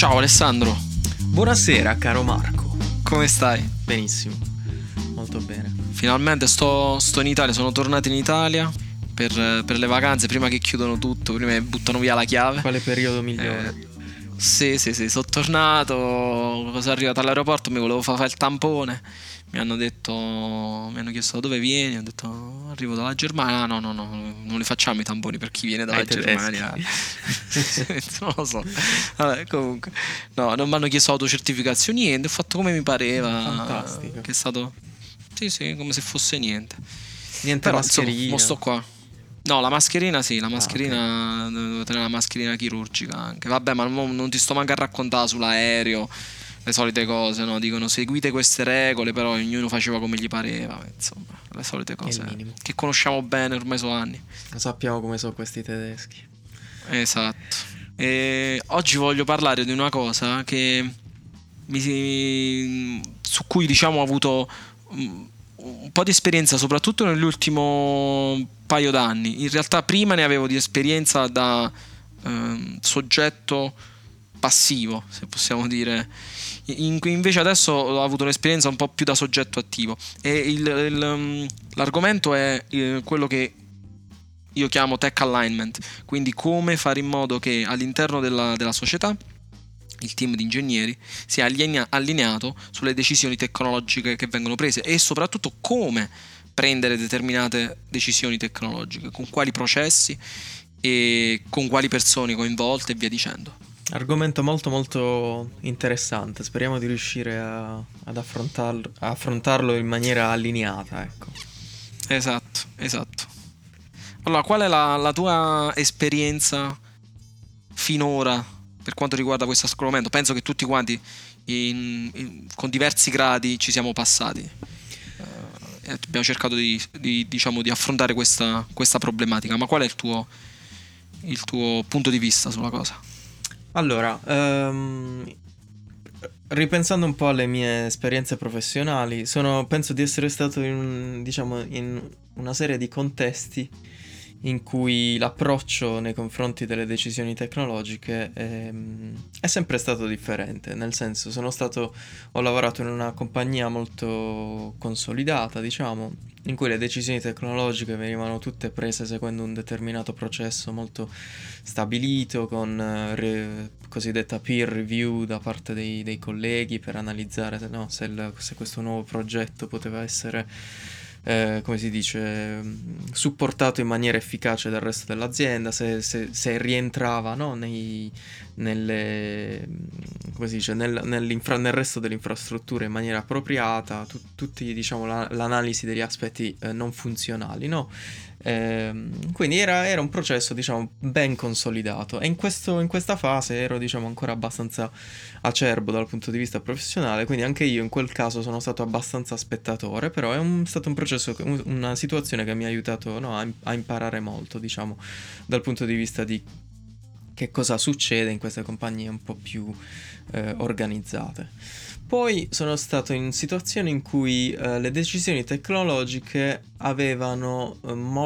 Ciao Alessandro, Buonasera caro Marco. come stai? Benissimo, molto bene. Finalmente sto in Italia, sono tornato in Italia per le vacanze, prima che chiudono tutto, prima che buttano via la chiave. Quale periodo migliore? Sì, sono tornato, sono arrivato all'aeroporto, mi volevo fare il tampone, mi hanno chiesto da dove vieni, ho detto arrivo dalla Germania. No, non li facciamo i tamponi per chi viene dalla Germania. Non lo so. Vabbè, comunque, no, non mi hanno chiesto autocertificazione, niente, ho fatto come mi pareva. Fantastico. Che è stato, sì, come se fosse niente. Niente Però mascherina. insomma, mo sto qua. No, la mascherina sì, la mascherina, ok. devo tenere la mascherina chirurgica anche. Vabbè, ma non ti sto manco a raccontare sull'aereo le solite cose, no? Dicono seguite queste regole, però ognuno faceva come gli pareva, insomma, le solite È il cose minimo. che conosciamo bene ormai sono anni. Sappiamo come sono questi tedeschi. Esatto. E oggi voglio parlare di una cosa su cui diciamo ho avuto un po' di esperienza, soprattutto nell'ultimo paio d'anni. In realtà prima ne avevo di esperienza da soggetto passivo, se possiamo dire. Invece adesso ho avuto un'esperienza un po' più da soggetto attivo. E l'argomento è quello che io chiamo tech alignment, quindi come fare in modo che all'interno della società il team di ingegneri sia allineato sulle decisioni tecnologiche che vengono prese e soprattutto come prendere determinate decisioni tecnologiche, con quali processi e con quali persone coinvolte e via dicendo. Argomento molto molto interessante. Speriamo di riuscire ad affrontarlo in maniera allineata, ecco. Esatto. Allora, qual è la tua esperienza finora per quanto riguarda questo argomento? Penso che tutti quanti con diversi gradi ci siamo passati e abbiamo cercato diciamo, di affrontare questa problematica. Ma qual è il tuo punto di vista sulla cosa? Allora, ripensando un po' alle mie esperienze professionali, penso di essere stato in una serie di contesti in cui l'approccio nei confronti delle decisioni tecnologiche è sempre stato differente, nel senso ho lavorato in una compagnia molto consolidata, diciamo, in cui le decisioni tecnologiche venivano tutte prese secondo un determinato processo molto stabilito, con cosiddetta peer review da parte dei colleghi per analizzare se questo nuovo progetto poteva essere come si dice, supportato in maniera efficace dal resto dell'azienda, se rientrava, no, come si dice, nel resto dell'infrastruttura in maniera appropriata, tutti, diciamo, l'analisi degli aspetti non funzionali, no? Quindi era un processo, diciamo, ben consolidato, e in questa fase ero, diciamo, ancora abbastanza acerbo dal punto di vista professionale, quindi anche io in quel caso sono stato abbastanza spettatore, però stato un processo, una situazione che mi ha aiutato, no, a imparare molto, diciamo, dal punto di vista di che cosa succede in queste compagnie un po' più organizzate. Poi sono stato in situazioni in cui le decisioni tecnologiche avevano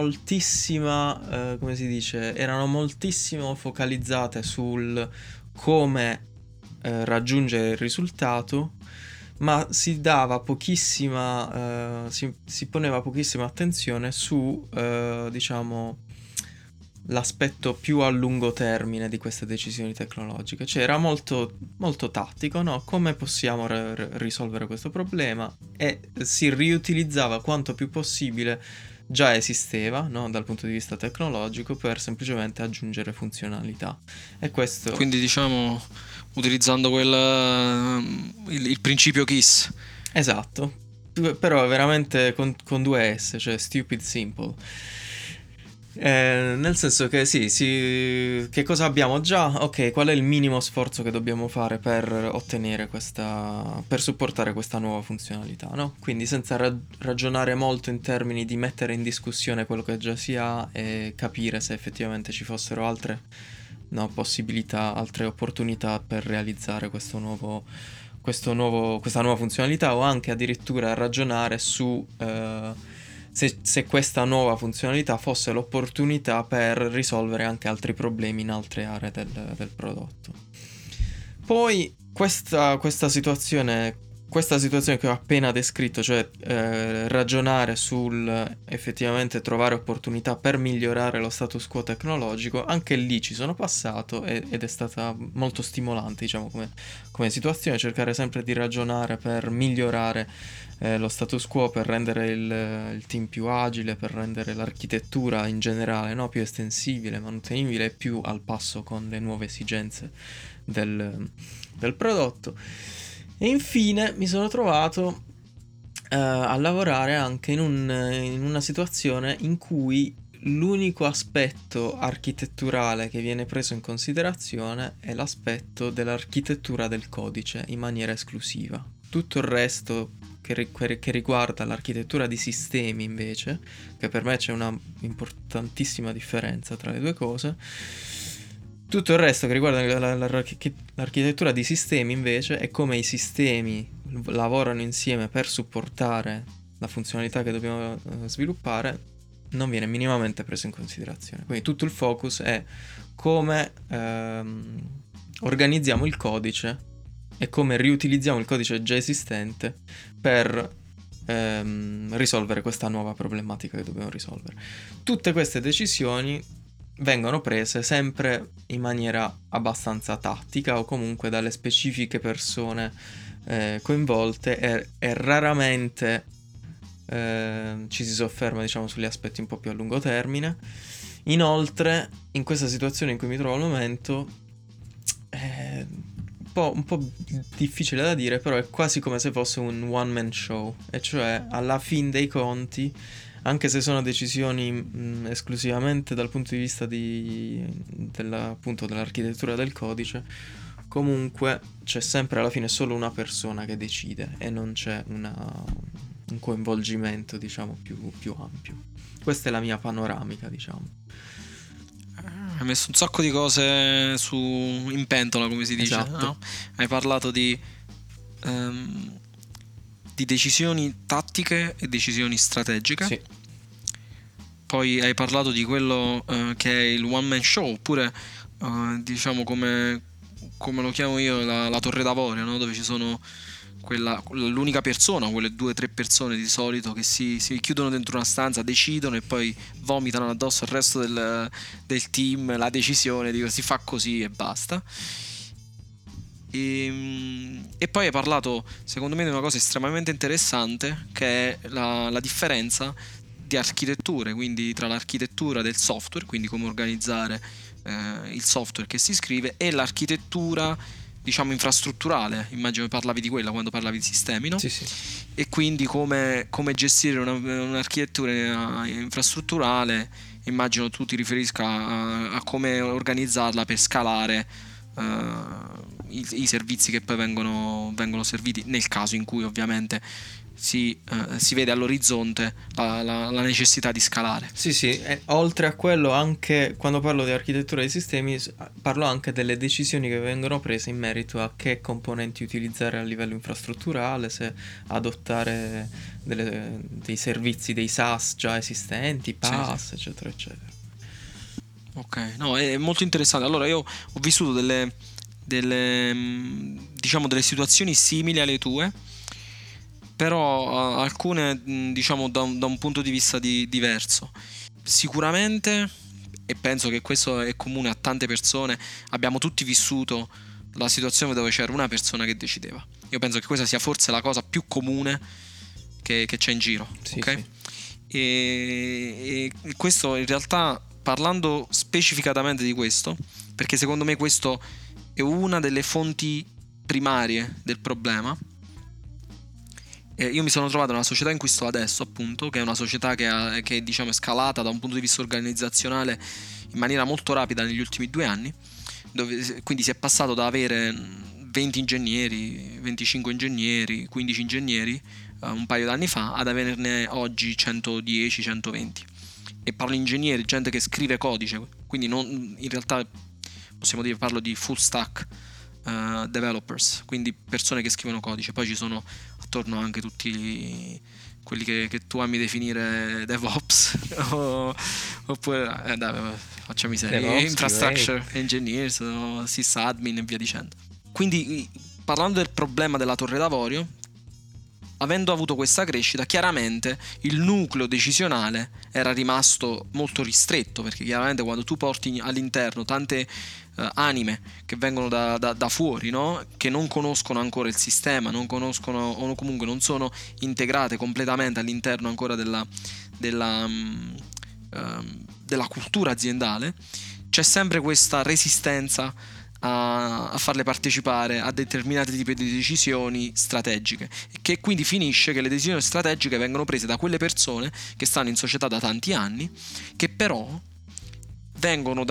come si dice, erano moltissimo focalizzate sul come raggiungere il risultato, ma si dava pochissima, si poneva pochissima attenzione su, diciamo, l'aspetto più a lungo termine di queste decisioni tecnologiche. Cioè era molto, molto tattico, no? Come possiamo risolvere questo problema? E si riutilizzava quanto più possibile già esisteva, no? Dal punto di vista tecnologico, per semplicemente aggiungere funzionalità. E questo... Quindi diciamo utilizzando il principio KISS. Esatto, però veramente con due S, cioè stupid simple. Nel senso che che cosa abbiamo già? Ok, qual è il minimo sforzo che dobbiamo fare per ottenere per supportare questa nuova funzionalità, no? Quindi senza ragionare molto in termini di mettere in discussione quello che già si ha e capire se effettivamente ci fossero altre, no, possibilità, altre opportunità per realizzare questa nuova funzionalità, o anche addirittura ragionare su se questa nuova funzionalità fosse l'opportunità per risolvere anche altri problemi in altre aree del prodotto. Poi questa situazione che ho appena descritto, cioè ragionare sul effettivamente trovare opportunità per migliorare lo status quo tecnologico, anche lì ci sono passato ed è stata molto stimolante, diciamo, come situazione, cercare sempre di ragionare per migliorare lo status quo, per rendere il team più agile, per rendere l'architettura in generale, no, più estensibile, manutenibile e più al passo con le nuove esigenze del prodotto. E infine mi sono trovato a lavorare anche in una situazione in cui l'unico aspetto architetturale che viene preso in considerazione è l'aspetto dell'architettura del codice in maniera esclusiva. Tutto il resto che riguarda l'architettura di sistemi, invece, che per me c'è una importantissima differenza tra le due cose. Tutto il resto che riguarda l'architettura di sistemi, invece, e come i sistemi lavorano insieme per supportare la funzionalità che dobbiamo sviluppare, non viene minimamente preso in considerazione. Quindi tutto il focus è come organizziamo il codice e come riutilizziamo il codice già esistente per risolvere questa nuova problematica che dobbiamo risolvere. Tutte queste decisioni vengono prese sempre in maniera abbastanza tattica o comunque dalle specifiche persone coinvolte e raramente ci si sofferma, diciamo, sugli aspetti un po' più a lungo termine. Inoltre, in questa situazione in cui mi trovo al momento, un po' difficile da dire, però è quasi come se fosse un one man show, e cioè alla fin dei conti, anche se sono decisioni esclusivamente dal punto di vista appunto dell'architettura del codice, comunque c'è sempre alla fine solo una persona che decide e non c'è un coinvolgimento, diciamo, più ampio. Questa è la mia panoramica, diciamo. Hai messo un sacco di cose in pentola, come si dice, esatto. No? Hai parlato di decisioni tattiche e decisioni strategiche. Sì. Poi hai parlato di quello che è il one man show, oppure diciamo come lo chiamo io, la torre d'avorio, no? Dove ci sono l'unica persona, quelle 2 o 3 persone di solito che si chiudono dentro una stanza, decidono e poi vomitano addosso al resto del team la decisione, dico si fa così e basta. E poi hai parlato, secondo me, di una cosa estremamente interessante, che è la differenza di architetture, quindi tra l'architettura del software, quindi come organizzare il software che si scrive, e l'architettura, diciamo, infrastrutturale. Immagino che parlavi di quella quando parlavi di sistemi, no? Sì. E quindi come gestire un'architettura infrastrutturale. Immagino tu ti riferisca a come organizzarla per scalare i servizi che poi vengono serviti, nel caso in cui ovviamente si vede all'orizzonte la necessità di scalare. Sì, e oltre a quello, anche quando parlo di architettura dei sistemi, parlo anche delle decisioni che vengono prese in merito a che componenti utilizzare a livello infrastrutturale, se adottare dei servizi, dei SaaS già esistenti, PaaS, sì. Eccetera, eccetera. Ok, no, è molto interessante. Allora, io ho vissuto delle situazioni simili alle tue, però alcune, diciamo, da un punto di vista diverso. Sicuramente, e penso che questo è comune a tante persone, abbiamo tutti vissuto la situazione dove c'era una persona che decideva. Io penso che questa sia forse la cosa più comune che c'è in giro, sì, ok? Sì. E questo, in realtà, parlando specificatamente di questo, perché secondo me questo è una delle fonti primarie del problema. Io mi sono trovato nella società in cui sto adesso, appunto, che è una società che diciamo è scalata da un punto di vista organizzazionale in maniera molto rapida negli ultimi 2 anni, dove quindi si è passato da avere 20 ingegneri, 25 ingegneri, 15 ingegneri un paio d'anni fa, ad averne oggi 110, 120. E parlo di ingegneri, gente che scrive codice, quindi in realtà possiamo dire, parlo di full stack developers, quindi persone che scrivono codice. Poi ci sono attorno anche tutti quelli che tu ami definire DevOps oppure dai, facciamo i seri, infrastructure engineers o sysadmin e via dicendo. quindi, parlando del problema della Torre d'Avorio, avendo avuto questa crescita, chiaramente il nucleo decisionale era rimasto molto ristretto, perché chiaramente quando tu porti all'interno tante anime che vengono da fuori, no? Che non conoscono ancora il sistema, non conoscono o comunque non sono integrate completamente all'interno ancora della cultura aziendale, c'è sempre questa resistenza a farle partecipare a determinati tipi di decisioni strategiche, che quindi finisce che le decisioni strategiche vengono prese da quelle persone che stanno in società da tanti anni, che però vengono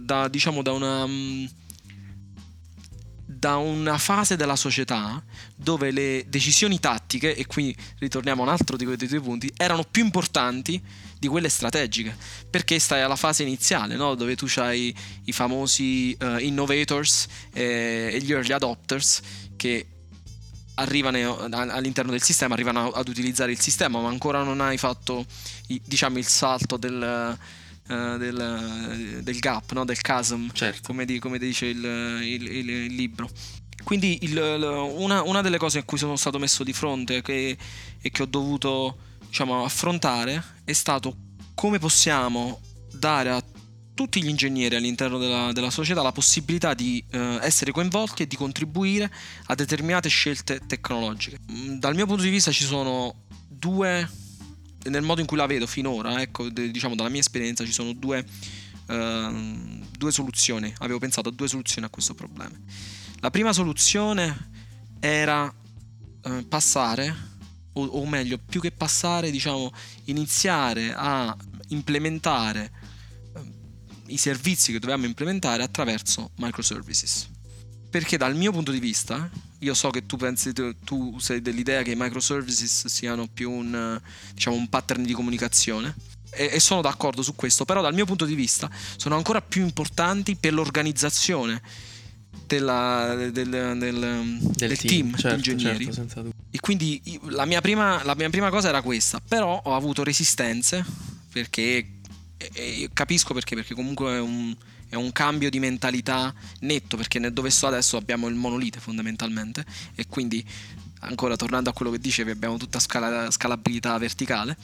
da una fase della società dove le decisioni tattiche, e qui ritorniamo a un altro di quei tuoi punti, erano più importanti di quelle strategiche, perché stai alla fase iniziale, no? Dove tu hai i famosi innovators e gli early adopters che arrivano all'interno del sistema, arrivano ad utilizzare il sistema, ma ancora non hai fatto il salto del gap, no? Del chasm, certo. come dice il libro. Quindi una delle cose a cui sono stato messo di fronte e che ho dovuto, diciamo, affrontare è stato come possiamo dare a tutti gli ingegneri all'interno della società la possibilità di essere coinvolti e di contribuire a determinate scelte tecnologiche. Dal mio punto di vista ci sono nel modo in cui la vedo finora, ecco, diciamo dalla mia esperienza, ci sono due soluzioni. Avevo pensato a due soluzioni a questo problema. La prima soluzione era passare, o meglio, più che passare, diciamo, iniziare a implementare i servizi che dovevamo implementare attraverso microservices. Perché dal mio punto di vista, io so che tu sei dell'idea che i microservices siano più un pattern di comunicazione, e sono d'accordo su questo, però dal mio punto di vista sono ancora più importanti per l'organizzazione del team, certo, di ingegneri. certo, senza dubbio. E quindi la mia prima cosa era questa, però ho avuto resistenze, perché capisco perché comunque è un cambio di mentalità netto, perché dove sto adesso abbiamo il monolite fondamentalmente, e quindi, ancora tornando a quello che dicevi, abbiamo tutta scalabilità verticale,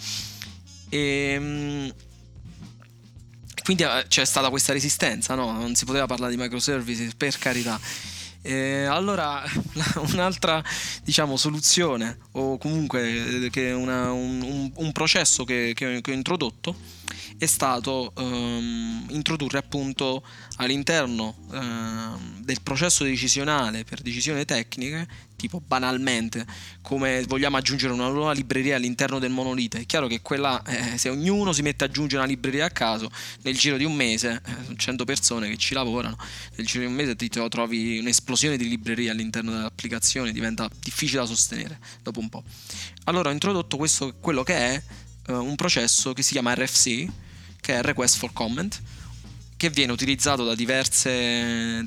e quindi c'è stata questa resistenza, no? Non si poteva parlare di microservices, per carità. Allora un'altra, diciamo, soluzione, o comunque che un processo che ho introdotto è stato introdurre appunto all'interno del processo decisionale per decisioni tecniche, tipo banalmente come vogliamo aggiungere una nuova libreria all'interno del monolite. È chiaro che quella, se ognuno si mette ad aggiungere una libreria a caso, nel giro di un mese, 100 persone che ci lavorano, nel giro di un mese ti trovi un'esplosione di librerie all'interno dell'applicazione, diventa difficile da sostenere dopo un po'. Allora ho introdotto quello che è un processo che si chiama RFC, che è Request for Comment, che viene utilizzato da diversi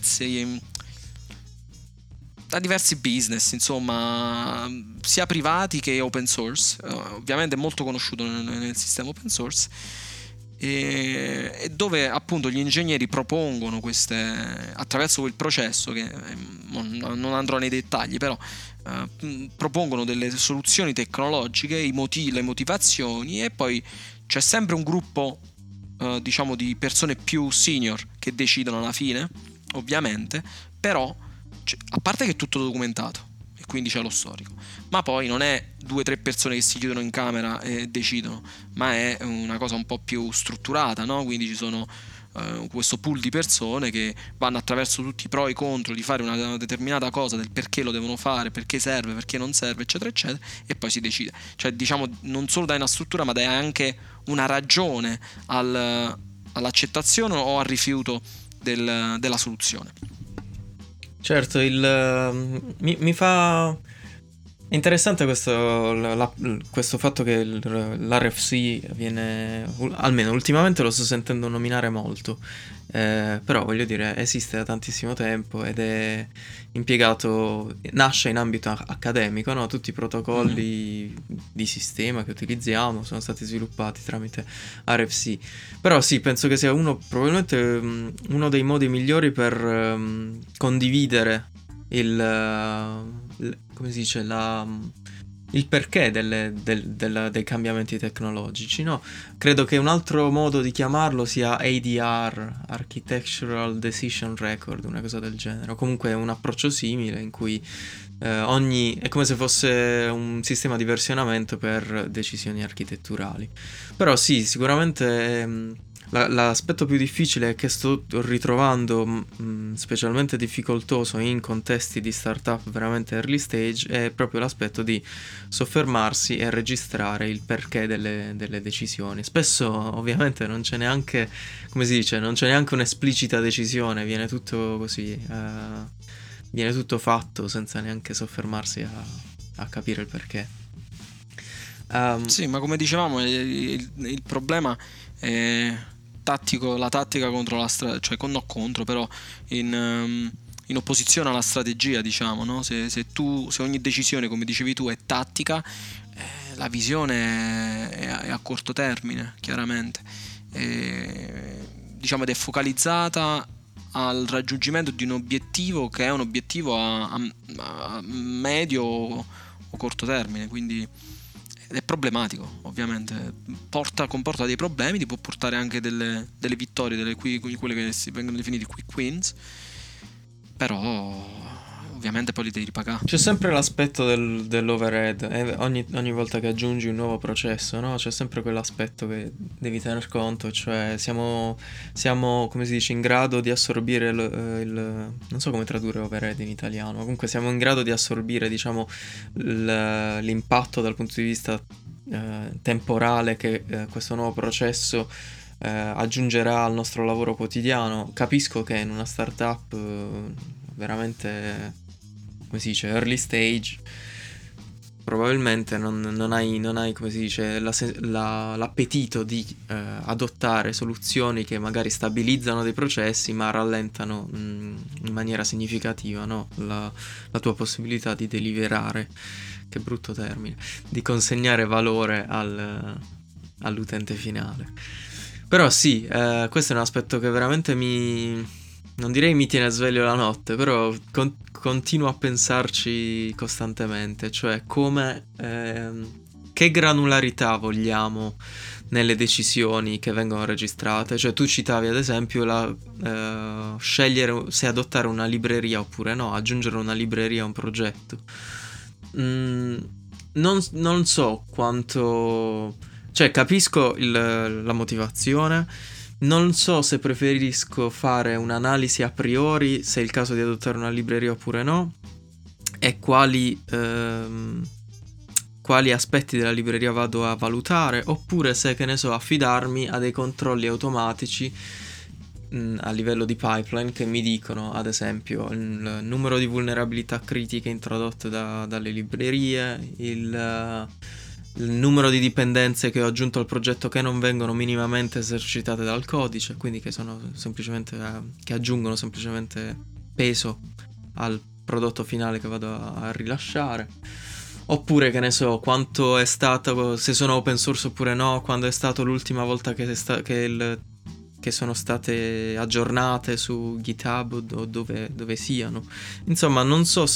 business, insomma, sia privati che open source. Ovviamente è molto conosciuto nel sistema open source, e dove appunto gli ingegneri propongono attraverso quel processo, che non andrò nei dettagli, però propongono delle soluzioni tecnologiche, le motivazioni, e poi c'è sempre un gruppo diciamo di persone più senior che decidono alla fine, ovviamente, però a parte che è tutto documentato e quindi c'è lo storico, ma poi non è 2-3 persone che si chiudono in camera e decidono, ma è una cosa un po' più strutturata, no? Quindi ci sono questo pool di persone che vanno attraverso tutti i pro e i contro di fare una determinata cosa, del perché lo devono fare, perché serve, perché non serve, eccetera eccetera, e poi si decide. Cioè, diciamo, non solo dai una struttura, ma dai anche una ragione all'accettazione o al rifiuto della soluzione. Certo, mi fa interessante questo fatto che l'RFC viene, almeno ultimamente lo sto sentendo nominare molto, però voglio dire, esiste da tantissimo tempo ed è impiegato, nasce in ambito accademico, no? Tutti i protocolli di sistema che utilizziamo sono stati sviluppati tramite RFC, però sì, penso che sia probabilmente uno dei modi migliori per condividere come si dice, il perché dei cambiamenti tecnologici, no? Credo che un altro modo di chiamarlo sia ADR, Architectural Decision Record, una cosa del genere, o comunque un approccio simile in cui è come se fosse un sistema di versionamento per decisioni architetturali. Però sì, sicuramente l'aspetto più difficile è che sto ritrovando specialmente difficoltoso in contesti di startup veramente early stage è proprio l'aspetto di soffermarsi e registrare il perché delle decisioni. Spesso ovviamente non c'è neanche, come si dice, non c'è neanche un'esplicita decisione, viene tutto così, viene tutto fatto senza neanche soffermarsi a capire il perché. Sì, ma come dicevamo, il problema è tattico, la tattica contro la cioè non contro, però in opposizione alla strategia, diciamo, no? Se ogni decisione, come dicevi tu, è tattica, la visione è a corto termine, chiaramente. Diciamo, ed è focalizzata al raggiungimento di un obiettivo che è un obiettivo a medio o corto termine, quindi è problematico, ovviamente, comporta dei problemi, ti può portare anche delle vittorie, quelle che vengono definite quick wins, però ovviamente poi li devi ripagare. C'è sempre l'aspetto dell'overhead, ogni volta che aggiungi un nuovo processo, no? C'è sempre quell'aspetto che devi tener conto, cioè siamo come si dice, in grado di assorbire non so come tradurre overhead in italiano, ma comunque siamo in grado di assorbire, diciamo, l'impatto dal punto di vista temporale che questo nuovo processo aggiungerà al nostro lavoro quotidiano. Capisco che in una startup veramente, come si dice, early stage, probabilmente non hai, come si dice, l'appetito di adottare soluzioni che magari stabilizzano dei processi ma rallentano in maniera significativa, no? La tua possibilità di deliverare, che brutto termine, di consegnare valore all'utente finale. Però sì, questo è un aspetto che veramente non direi mi tiene sveglio la notte, però continuo a pensarci costantemente, cioè che granularità vogliamo nelle decisioni che vengono registrate. Cioè tu citavi ad esempio scegliere se adottare una libreria oppure no, aggiungere una libreria a un progetto. Non so quanto, cioè capisco la motivazione. Non so se preferisco fare un'analisi a priori se è il caso di adottare una libreria oppure no, e quali aspetti della libreria vado a valutare, oppure se, che ne so, affidarmi a dei controlli automatici a livello di pipeline che mi dicono, ad esempio, il numero di vulnerabilità critiche introdotte dalle librerie, il numero di dipendenze che ho aggiunto al progetto che non vengono minimamente esercitate dal codice, quindi che sono semplicemente che aggiungono semplicemente peso al prodotto finale che vado a rilasciare. Oppure, che ne so, quanto è stato, se sono open source oppure no, quando è stato l'ultima volta che sono state aggiornate su GitHub o dove siano. Insomma, non so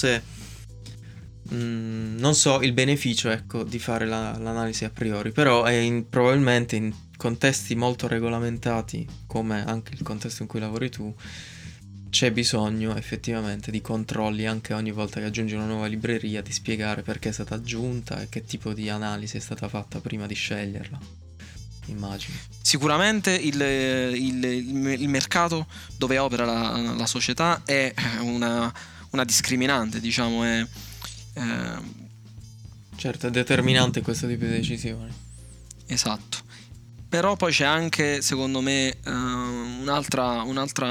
il beneficio, ecco, di fare l'analisi a priori, però probabilmente in contesti molto regolamentati, come anche il contesto in cui lavori tu, c'è bisogno effettivamente di controlli anche ogni volta che aggiungi una nuova libreria, di spiegare perché è stata aggiunta e che tipo di analisi è stata fatta prima di sceglierla, immagino. Sicuramente il mercato dove opera la società è una discriminante, diciamo, certo, è determinante questo tipo di decisioni. Esatto. Però poi c'è anche, secondo me, un'altra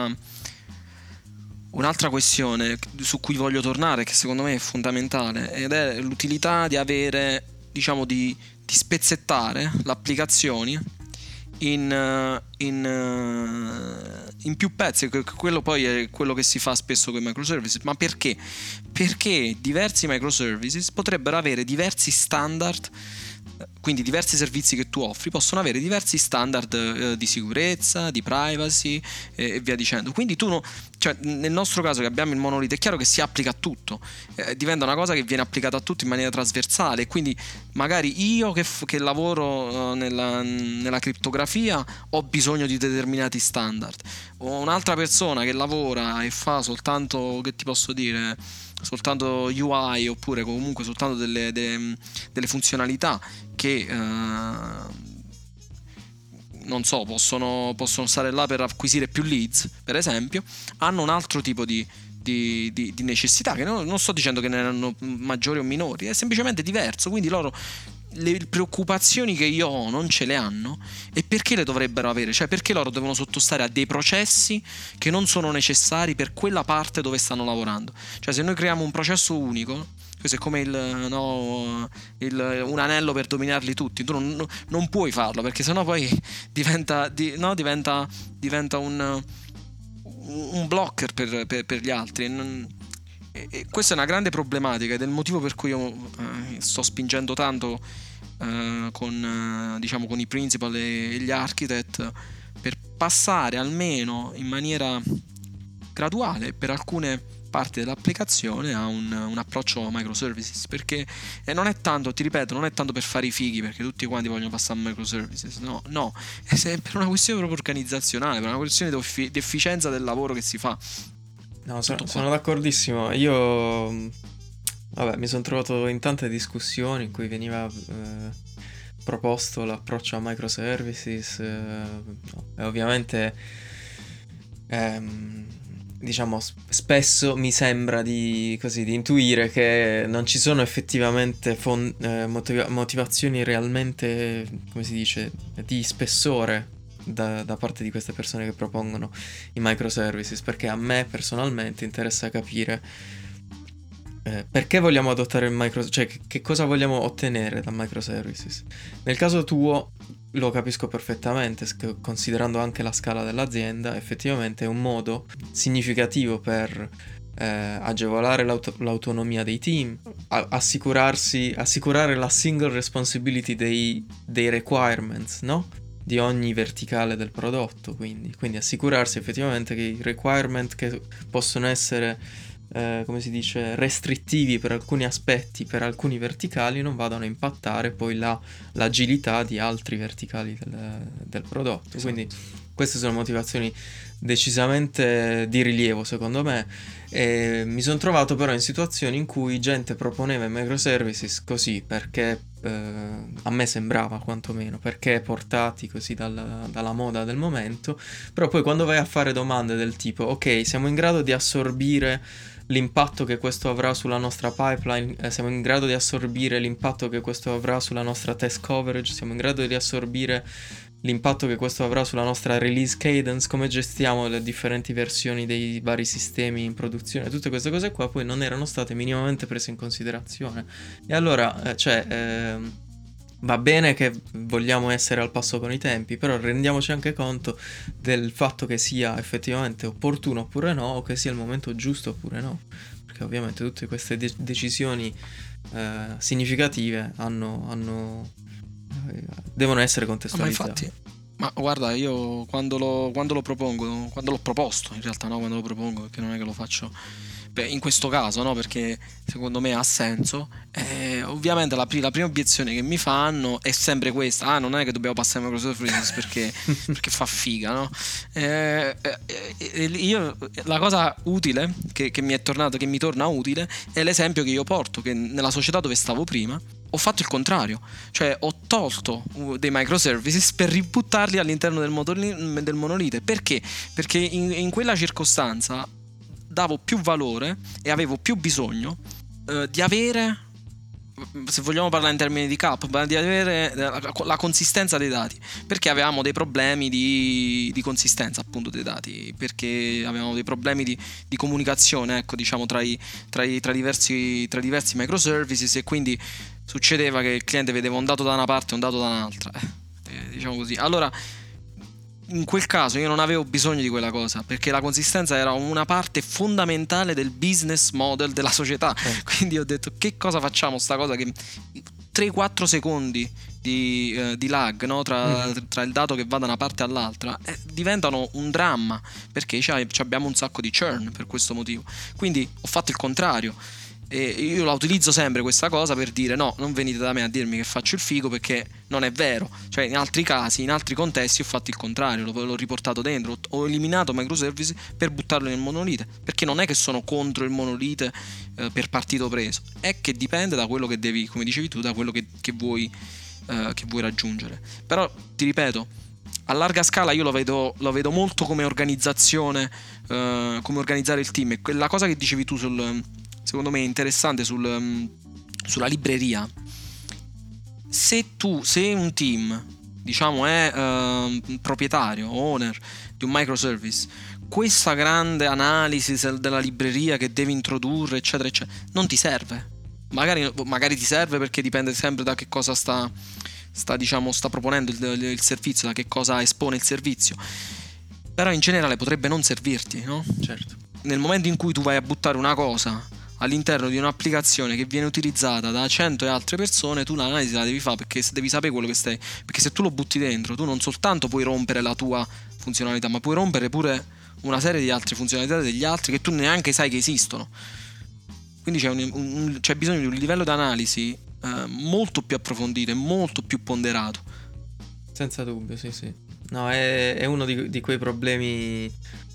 questione su cui voglio tornare, che secondo me è fondamentale, ed è l'utilità di avere, diciamo, di spezzettare le applicazioni in più pezzi. Quello poi è quello che si fa spesso con i microservices. Ma perché? Perché diversi microservices potrebbero avere diversi standard quindi diversi servizi che tu offri possono avere diversi standard di sicurezza, di privacy e via dicendo. Quindi tu cioè, nel nostro caso che abbiamo il monolite è chiaro che si applica a tutto, diventa una cosa che viene applicata a tutto in maniera trasversale, quindi magari io che lavoro nella criptografia ho bisogno di determinati standard, o un'altra persona che lavora e fa soltanto, che ti posso dire, soltanto UI, oppure comunque soltanto delle funzionalità che non so, possono stare là per acquisire più leads, per esempio, hanno un altro tipo di necessità, che non sto dicendo che ne hanno maggiori o minori, è semplicemente diverso, quindi loro le preoccupazioni che io ho non ce le hanno, e perché le dovrebbero avere? Cioè, perché loro devono sottostare a dei processi che non sono necessari per quella parte dove stanno lavorando? Cioè, se noi creiamo un processo unico, questo è come un anello per dominarli tutti, tu non puoi farlo, perché sennò poi diventa un blocker per gli altri. E questa è una grande problematica, ed è il motivo per cui io sto spingendo tanto con i principal e gli architect, per passare almeno in maniera graduale per alcune parti dell'applicazione a un approccio a microservices, perché non è tanto, ti ripeto, non è tanto per fare i fighi, perché tutti quanti vogliono passare a microservices, no, è per una questione proprio organizzazionale, per una questione di efficienza del lavoro che si fa. No, sono d'accordissimo. Io, vabbè, mi sono trovato in tante discussioni in cui veniva proposto l'approccio a microservices, e ovviamente, diciamo, spesso mi sembra di intuire che non ci sono effettivamente motivazioni realmente, come si dice, di spessore da parte di queste persone che propongono i microservices, perché a me personalmente interessa capire perché vogliamo adottare il microservice, cioè che cosa vogliamo ottenere da microservices. Nel caso tuo lo capisco perfettamente, considerando anche la scala dell'azienda, effettivamente è un modo significativo per agevolare l'autonomia dei team, assicurare la single responsibility dei requirements, no? Di ogni verticale del prodotto, quindi assicurarsi effettivamente che i requirement che possono essere, come si dice, restrittivi per alcuni aspetti, per alcuni verticali, non vadano a impattare poi l'agilità di altri verticali del prodotto. Esatto. Quindi queste sono motivazioni decisamente di rilievo, secondo me. E mi sono trovato però in situazioni in cui gente proponeva i microservices così, perché a me sembrava, quantomeno, perché portati così dalla moda del momento, però poi quando vai a fare domande del tipo ok, siamo in grado di assorbire l'impatto che questo avrà sulla nostra pipeline, siamo in grado di assorbire l'impatto che questo avrà sulla nostra test coverage, siamo in grado di assorbire l'impatto che questo avrà sulla nostra release cadence, come gestiamo le differenti versioni dei vari sistemi in produzione, tutte queste cose qua poi non erano state minimamente prese in considerazione. E allora va bene che vogliamo essere al passo con i tempi, però rendiamoci anche conto del fatto che sia effettivamente opportuno oppure no, o che sia il momento giusto oppure no, perché ovviamente tutte queste decisioni significative devono essere contestualizzate. Ma guarda, io quando lo propongo, quando l'ho proposto, in realtà no, quando lo propongo, perché non è che lo faccio in questo caso, no, perché secondo me ha senso. Ovviamente la prima obiezione che mi fanno è sempre questa: non è che dobbiamo passare a Microsoft perché fa figa, no? Io la cosa utile che mi torna utile è l'esempio che io porto, che nella società dove stavo prima ho fatto il contrario, cioè ho tolto dei microservices per ributtarli all'interno del monolite. Perché? Perché in quella circostanza davo più valore e avevo più bisogno di avere, se vogliamo parlare in termini di cap, di avere la consistenza dei dati, perché avevamo dei problemi di consistenza appunto dei dati, perché avevamo dei problemi di comunicazione, ecco, diciamo tra diversi microservices, e quindi succedeva che il cliente vedeva un dato da una parte e un dato da un'altra, diciamo così. Allora in quel caso io non avevo bisogno di quella cosa, perché la consistenza era una parte fondamentale del business model della società. Quindi ho detto: che cosa facciamo sta cosa che 3-4 secondi di lag, no? tra il dato che va da una parte all'altra, diventano un dramma, perché abbiamo un sacco di churn per questo motivo. Quindi ho fatto il contrario, e io la utilizzo sempre questa cosa per dire: no, non venite da me a dirmi che faccio il figo, perché non è vero. Cioè, in altri casi, in altri contesti ho fatto il contrario, l'ho riportato dentro, ho eliminato microservice per buttarlo nel monolite, perché non è che sono contro il monolite per partito preso, è che dipende da quello che devi, come dicevi tu, da quello che vuoi raggiungere. Però ti ripeto, a larga scala io lo vedo molto come organizzazione, come organizzare il team. E quella cosa che dicevi tu secondo me è interessante sulla libreria. Se un team, diciamo, è proprietario, owner di un microservice, questa grande analisi della libreria che devi introdurre, eccetera eccetera, non ti serve. Magari ti serve, perché dipende sempre da che cosa sta proponendo il servizio, da che cosa espone il servizio. Però in generale potrebbe non servirti, no? Certo. Nel momento in cui tu vai a buttare una cosa all'interno di un'applicazione che viene utilizzata da 100 e altre persone, tu l'analisi la devi fare, perché devi sapere quello che stai. Perché se tu lo butti dentro, tu non soltanto puoi rompere la tua funzionalità, ma puoi rompere pure una serie di altre funzionalità degli altri che tu neanche sai che esistono. Quindi c'è bisogno di un livello di analisi molto più approfondito e molto più ponderato. Senza dubbio, sì. No, è uno di quei problemi,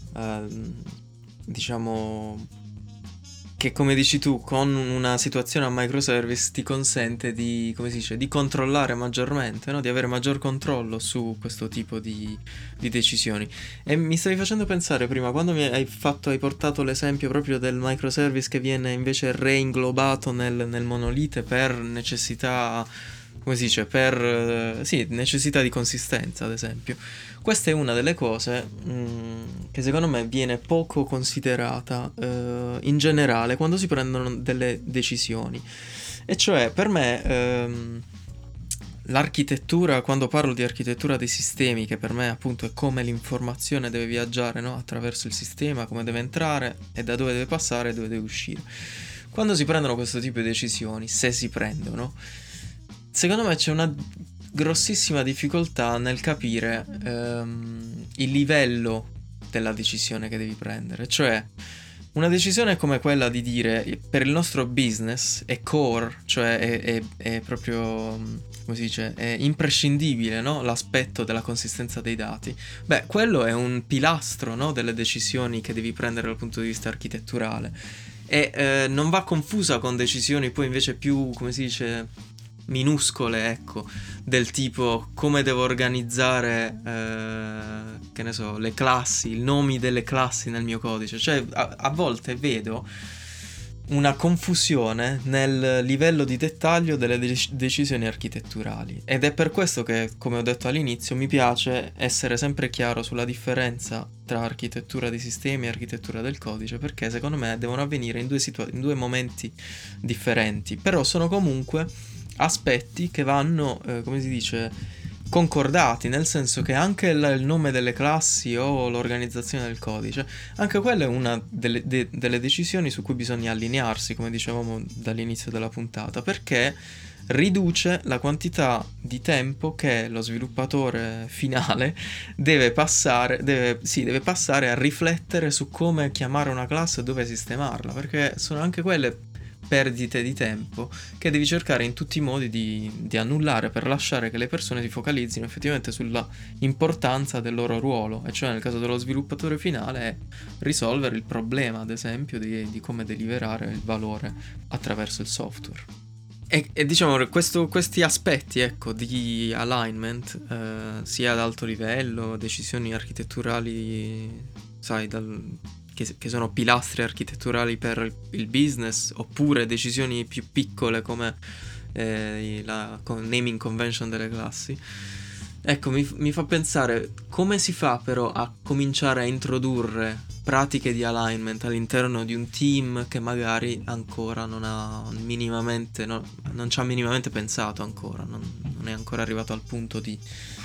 diciamo, che, come dici tu, con una situazione a microservice ti consente di, come si dice, di controllare maggiormente, no? Di avere maggior controllo su questo tipo di decisioni. E mi stavi facendo pensare prima, quando hai portato l'esempio proprio del microservice che viene invece reinglobato nel monolite per necessità, come si dice, per necessità di consistenza, ad esempio. Questa è una delle cose che secondo me viene poco considerata in generale quando si prendono delle decisioni. E cioè, per me, l'architettura, quando parlo di architettura dei sistemi, che per me appunto è come l'informazione deve viaggiare, no? Attraverso il sistema, come deve entrare e da dove deve passare e dove deve uscire. Quando si prendono questo tipo di decisioni, se si prendono, secondo me c'è una grossissima difficoltà nel capire il livello della decisione che devi prendere. Cioè, una decisione come quella di dire: per il nostro business è core, cioè è proprio, come si dice, è imprescindibile, no? L'aspetto della consistenza dei dati. Beh, quello è un pilastro, no? Delle decisioni che devi prendere dal punto di vista architetturale. E non va confusa con decisioni poi invece più, come si dice, minuscole, ecco, del tipo come devo organizzare, che ne so, le classi, i nomi delle classi nel mio codice. Cioè, a volte vedo una confusione nel livello di dettaglio delle decisioni architetturali, ed è per questo che, come ho detto all'inizio, mi piace essere sempre chiaro sulla differenza tra architettura dei sistemi e architettura del codice, perché secondo me devono avvenire in due momenti differenti, però sono comunque aspetti che vanno, come si dice, concordati, nel senso che anche il nome delle classi o l'organizzazione del codice, anche quella è una delle decisioni su cui bisogna allinearsi, come dicevamo dall'inizio della puntata, perché riduce la quantità di tempo che lo sviluppatore finale deve passare a riflettere su come chiamare una classe e dove sistemarla, perché sono anche quelle perdite di tempo che devi cercare in tutti i modi di annullare, per lasciare che le persone si focalizzino effettivamente sulla importanza del loro ruolo, e cioè nel caso dello sviluppatore finale è risolvere il problema, ad esempio, di come deliberare il valore attraverso il software. E diciamo questi aspetti, ecco, di alignment, sia ad alto livello, decisioni architetturali, sai, che sono pilastri architetturali per il business, oppure decisioni più piccole come la naming convention delle classi. Ecco, mi fa pensare come si fa però a cominciare a introdurre pratiche di alignment all'interno di un team che magari ancora non ci ha minimamente pensato ancora, non è ancora arrivato al punto di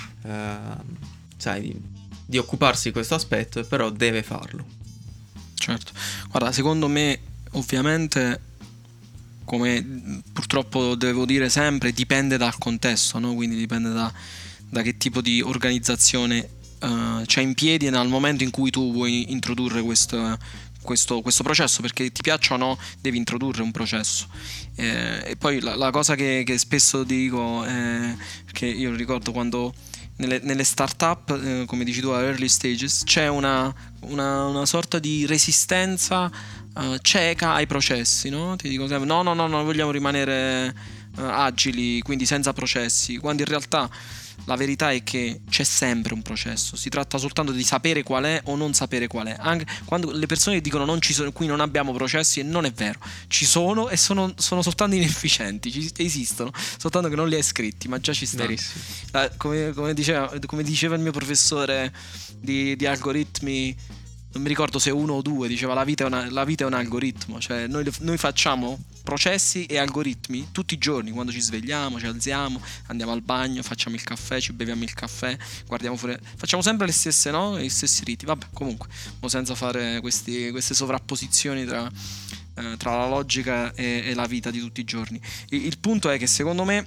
occuparsi di questo aspetto, però deve farlo. Certo, guarda, secondo me ovviamente come purtroppo devo dire sempre, dipende dal contesto, no? Quindi dipende da che tipo di organizzazione c'è in piedi e dal momento in cui tu vuoi introdurre questo processo, perché ti piaccia o no devi introdurre un processo. E poi la cosa che spesso dico, perché io ricordo quando nelle startup, come dici tu, a early stages, c'è una sorta di resistenza cieca ai processi, no? Ti dico sempre no, noi vogliamo rimanere agili, quindi senza processi, quando in realtà la verità è che c'è sempre un processo, si tratta soltanto di sapere qual è o non sapere qual è. Anche quando le persone dicono non ci sono, qui non abbiamo processi, non è vero, ci sono e sono soltanto inefficienti, esistono, soltanto che non li hai scritti, ma già ci stanno. Come diceva il mio professore di algoritmi, non mi ricordo se 1 o 2, diceva la vita è un algoritmo, cioè noi facciamo processi e algoritmi tutti i giorni, quando ci svegliamo, ci alziamo, andiamo al bagno, facciamo il caffè, ci beviamo il caffè, guardiamo fuori, facciamo sempre le stesse, no? Gli stessi riti, vabbè, comunque, senza fare queste sovrapposizioni tra la logica e la vita di tutti i giorni. Il punto è che secondo me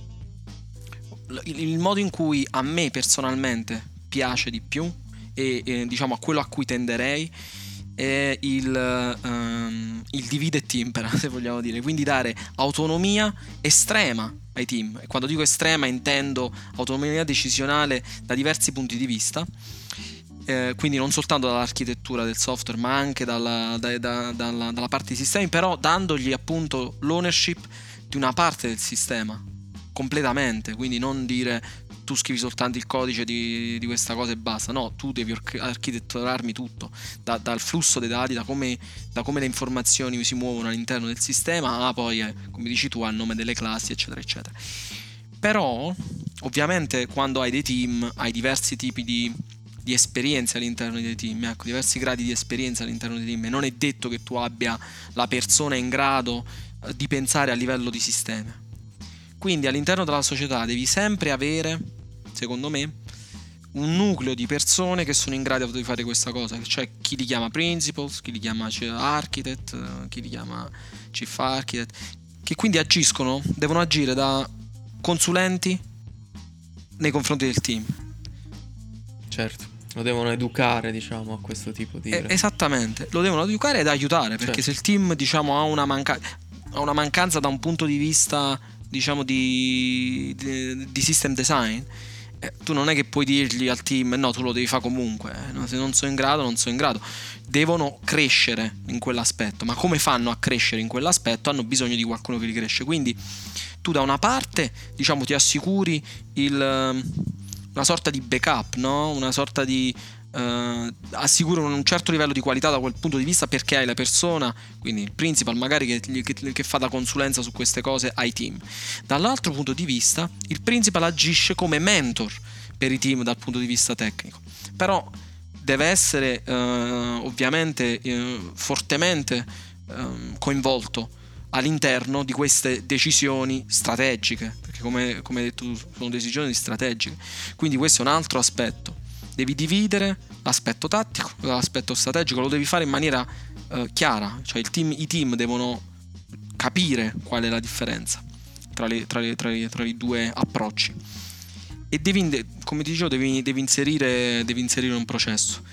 il modo in cui a me personalmente piace di più e diciamo a quello a cui tenderei è il divide e timpera, se vogliamo dire, quindi dare autonomia estrema ai team. E quando dico estrema intendo autonomia decisionale da diversi punti di vista, quindi non soltanto dall'architettura del software ma anche dalla parte dei sistemi, però dandogli appunto l'ownership di una parte del sistema completamente, quindi non dire tu scrivi soltanto il codice di questa cosa e basta, no, tu devi architetturarmi tutto, dal flusso dei dati, da come le informazioni si muovono all'interno del sistema, poi come dici tu al nome delle classi eccetera eccetera. Però ovviamente quando hai dei team hai diversi tipi di esperienze all'interno dei team, ecco, diversi gradi di esperienza all'interno dei team, e non è detto che tu abbia la persona in grado di pensare a livello di sistema. Quindi all'interno della società devi sempre avere, secondo me, un nucleo di persone che sono in grado di fare questa cosa, cioè chi li chiama principals, chi li chiama architect, chi li chiama chief architect, che quindi devono agire da consulenti nei confronti del team. Certo, lo devono educare, diciamo, a questo tipo di... Esattamente, lo devono educare ed aiutare, perché se il team, diciamo, ha una mancanza da un punto di vista, diciamo, di system design, tu non è che puoi dirgli al team no, tu lo devi fare comunque, no? Se non sono in grado, devono crescere in quell'aspetto. Ma come fanno a crescere in quell'aspetto? Hanno bisogno di qualcuno che li cresce. Quindi tu da una parte, diciamo, ti assicuri una sorta di backup, no? Una sorta di assicurano un certo livello di qualità da quel punto di vista, perché hai la persona, quindi il principal magari che fa da consulenza su queste cose ai team. Dall'altro punto di vista il principal agisce come mentor per i team dal punto di vista tecnico, però deve essere ovviamente fortemente coinvolto all'interno di queste decisioni strategiche, perché come hai detto tu, sono decisioni strategiche, quindi questo è un altro aspetto. Devi dividere l'aspetto tattico dall'aspetto strategico, lo devi fare in maniera chiara, cioè i team devono capire qual è la differenza tra i due approcci, e come dicevo devi inserire un processo,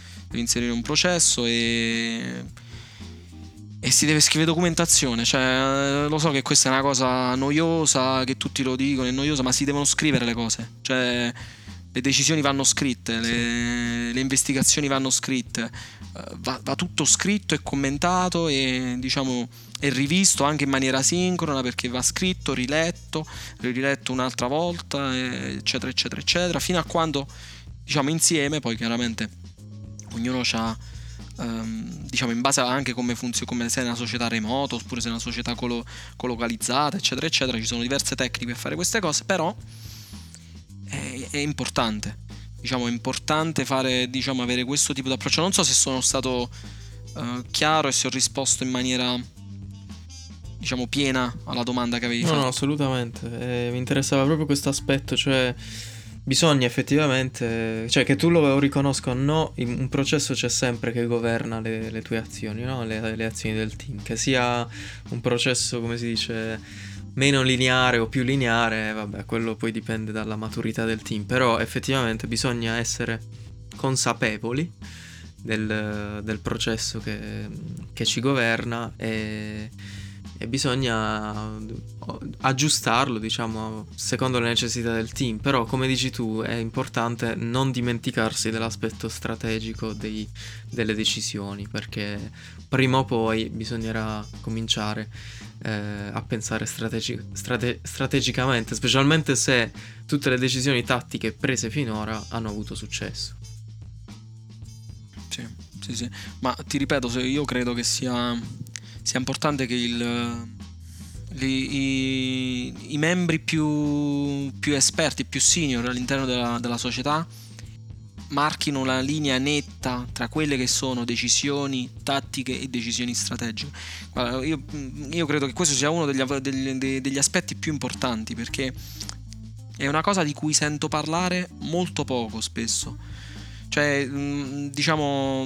e si deve scrivere documentazione, cioè lo so che questa è una cosa noiosa, che tutti lo dicono, è noiosa, ma si devono scrivere le cose, cioè le decisioni vanno scritte, le investigazioni vanno scritte, va tutto scritto e commentato e diciamo è rivisto anche in maniera asincrona, perché va scritto, riletto un'altra volta, eccetera eccetera eccetera, fino a quando, diciamo, insieme, poi chiaramente ognuno c'ha diciamo in base anche come funziona, come se è una società remota oppure se è una società colocalizzata eccetera eccetera, ci sono diverse tecniche per fare queste cose, però è importante, diciamo, è importante fare, diciamo, avere questo tipo di approccio. Non so se sono stato chiaro e se ho risposto in maniera, diciamo, piena alla domanda che avevi fatto. No, assolutamente. Mi interessava proprio questo aspetto, cioè bisogna effettivamente, cioè che tu lo riconosca o no, un processo c'è sempre che governa le tue azioni, no? Le azioni del team, che sia un processo, come si dice, meno lineare o più lineare, vabbè, quello poi dipende dalla maturità del team, però effettivamente bisogna essere consapevoli del processo che ci governa e bisogna aggiustarlo, diciamo, secondo le necessità del team. Però, come dici tu, è importante non dimenticarsi dell'aspetto strategico delle decisioni, perché prima o poi bisognerà cominciare a pensare strategicamente, specialmente se tutte le decisioni tattiche prese finora hanno avuto successo. Sì. Ma ti ripeto, io credo che sia importante che i membri più esperti, più senior all'interno della società marchino una linea netta tra quelle che sono decisioni tattiche e decisioni strategiche. Guarda, io credo che questo sia uno degli aspetti più importanti, perché è una cosa di cui sento parlare molto poco spesso. Cioè, diciamo,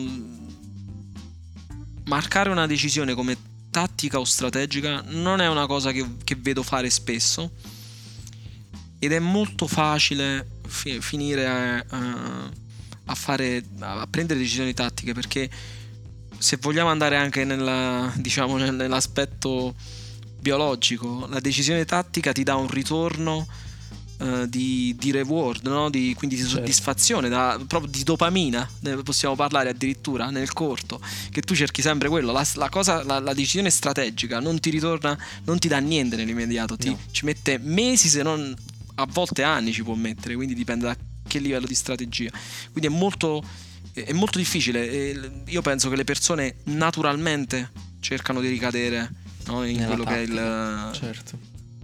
marcare una decisione come tattica o strategica non è una cosa che vedo fare spesso, ed è molto facile finire a prendere decisioni tattiche, perché se vogliamo andare anche nell'aspetto biologico, la decisione tattica ti dà un ritorno di reward, no? Quindi di soddisfazione, proprio di dopamina, possiamo parlare addirittura nel corto, che tu cerchi sempre quello. La decisione strategica non ti ritorna, non ti dà niente nell'immediato, ci mette mesi, se non a volte anni ci può mettere, quindi dipende da che livello di strategia. Quindi è molto difficile. Io penso che le persone naturalmente cercano di ricadere, no, in quello tattica, che è il certo.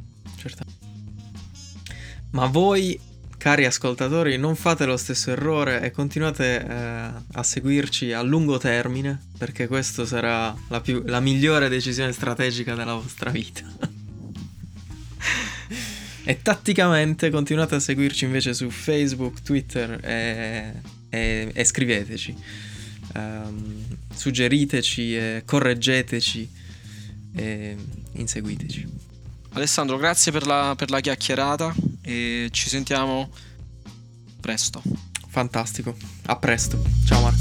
Ma voi, cari ascoltatori, non fate lo stesso errore e continuate a seguirci a lungo termine, perché questo sarà la migliore decisione strategica della vostra vita. E tatticamente continuate a seguirci invece su Facebook, Twitter e scriveteci, suggeriteci e correggeteci e inseguiteci. Alessandro, grazie per la chiacchierata e ci sentiamo presto. Fantastico, a presto, ciao Marco.